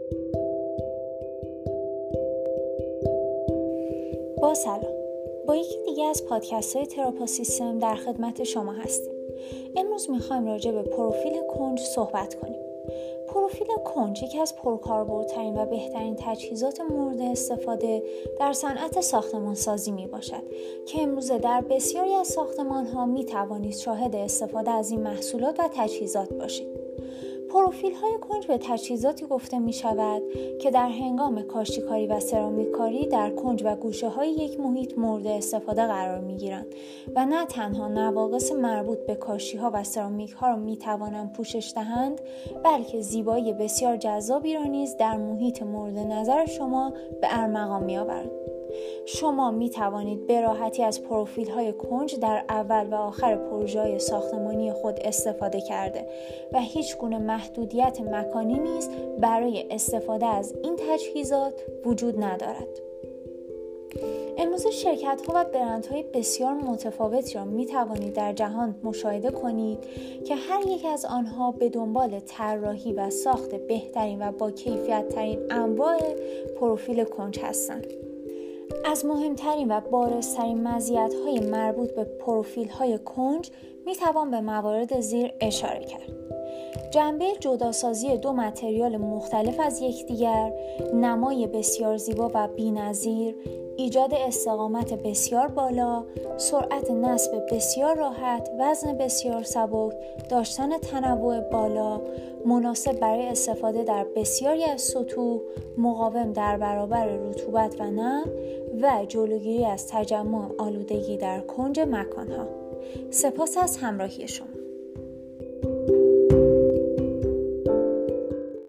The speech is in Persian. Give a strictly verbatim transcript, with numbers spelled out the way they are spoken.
با سلام، با یکی دیگه از پادکست های تراپاسیستم در خدمت شما هستیم. امروز میخوایم راجع به پروفیل کنج صحبت کنیم. پروفیل کنج یکی از پرکاربردترین و بهترین تجهیزات مورد استفاده در صنعت ساختمانسازی می باشد که امروزه در بسیاری از ساختمان ها می توانید شاهد استفاده از این محصولات و تجهیزات باشید. پروفیل های کنج به تجهیزاتی گفته می شود که در هنگام کاشیکاری و سرامیک کاری در کنج و گوشه های یک محیط مورد استفاده قرار می گیرند و نه تنها نواقص مربوط به کاشی ها و سرامیک ها را می توانند پوشش دهند، بلکه زیبایی بسیار جذابی را نیز در محیط مورد نظر شما به ارمغان می آورند. شما می توانید به راحتی از پروفیل های کنج در اول و آخر پروژه های ساختمانی خود استفاده کرده و هیچ گونه محدودیت مکانی نیز برای استفاده از این تجهیزات وجود ندارد. امروز شرکت ها و برند های بسیار متفاوتی را می توانید در جهان مشاهده کنید که هر یک از آنها به دنبال طراحی و ساخت بهترین و با کیفیت ترین انواع پروفیل کنج هستند. از مهمترین و بارزترین مزیت‌های مربوط به پروفیل‌های کنج می‌توان به موارد زیر اشاره کرد. جنبه جداسازی دو متریال مختلف از یکدیگر، نمای بسیار زیبا و بی‌نظیر، ایجاد استقامت بسیار بالا، سرعت نصب بسیار راحت، وزن بسیار سبک، داشتن تنوع بالا، مناسب برای استفاده در بسیاری از سطوح، مقاوم در برابر رطوبت و نم و جلوگیری از تجمع آلودگی در کنج مکان‌ها. سپاس از همراهی شما.